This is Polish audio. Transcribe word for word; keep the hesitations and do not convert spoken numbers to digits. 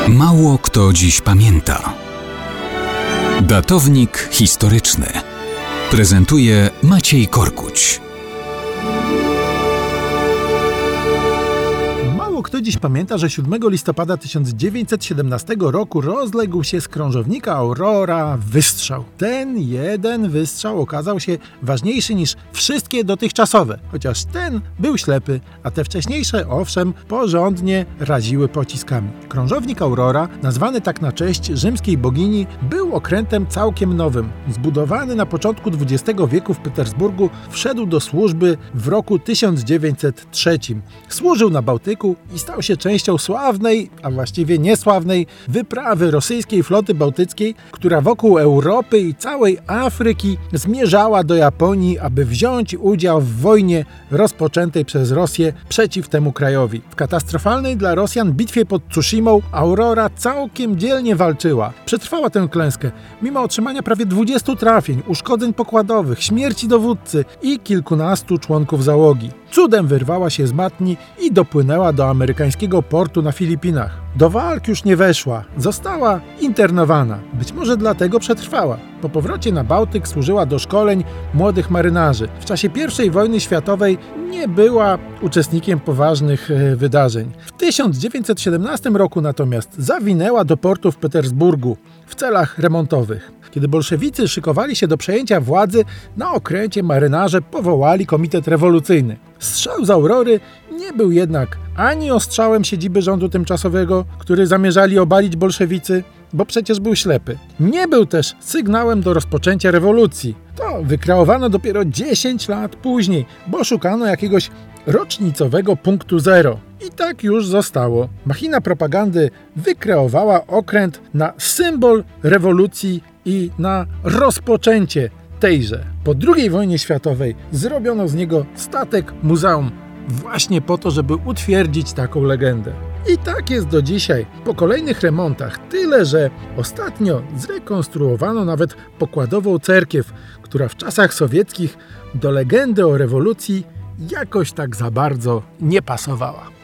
Mało kto dziś pamięta. Datownik historyczny prezentuje Maciej Korkuć. Mało kto dziś pamięta, że siódmego listopada tysiąc dziewięćset siedemnastego roku rozległ się z krążownika Aurora wystrzał. Ten jeden wystrzał okazał się ważniejszy niż wszystkie dotychczasowe, chociaż ten był ślepy, a te wcześniejsze, owszem, porządnie raziły pociskami. Krążownik Aurora, nazwany tak na cześć rzymskiej bogini, był okrętem całkiem nowym. Zbudowany na początku dwudziestego wieku w Petersburgu, wszedł do służby w roku tysiąc dziewięćset trzecim. Służył na Bałtyku i stał się częścią sławnej, a właściwie niesławnej, wyprawy rosyjskiej floty bałtyckiej, która wokół Europy i całej Afryki zmierzała do Japonii, aby wziąć udział w wojnie rozpoczętej przez Rosję przeciw temu krajowi. W katastrofalnej dla Rosjan bitwie pod Tsushimą Aurora całkiem dzielnie walczyła. Przetrwała tę klęskę, mimo otrzymania prawie dwudziestu trafień, uszkodzeń pokładowych, śmierci dowódcy i kilkunastu członków załogi. Cudem wyrwała się z matni i dopłynęła do amerykańskiego portu na Filipinach. Do walk już nie weszła, została internowana. Być może dlatego przetrwała. Po powrocie na Bałtyk służyła do szkoleń młodych marynarzy. W czasie pierwszej wojny światowej nie była uczestnikiem poważnych e, wydarzeń. W tysiąc dziewięćset siedemnastym roku natomiast zawinęła do portu w Petersburgu w celach remontowych. Kiedy bolszewicy szykowali się do przejęcia władzy, na okręcie marynarze powołali komitet rewolucyjny. Strzał z Aurory nie był jednak ani ostrzałem siedziby rządu tymczasowego, który zamierzali obalić bolszewicy, bo przecież był ślepy. Nie był też sygnałem do rozpoczęcia rewolucji. To wykreowano dopiero dziesięć lat później, bo szukano jakiegoś rocznicowego punktu zero. I tak już zostało. Machina propagandy wykreowała okręt na symbol rewolucji i na rozpoczęcie tejże. Po drugiej wojnie światowej zrobiono z niego statek muzeum właśnie po to, żeby utwierdzić taką legendę. I tak jest do dzisiaj. Po kolejnych remontach, tyle że ostatnio zrekonstruowano nawet pokładową cerkiew, która w czasach sowieckich do legendy o rewolucji jakoś tak za bardzo nie pasowała.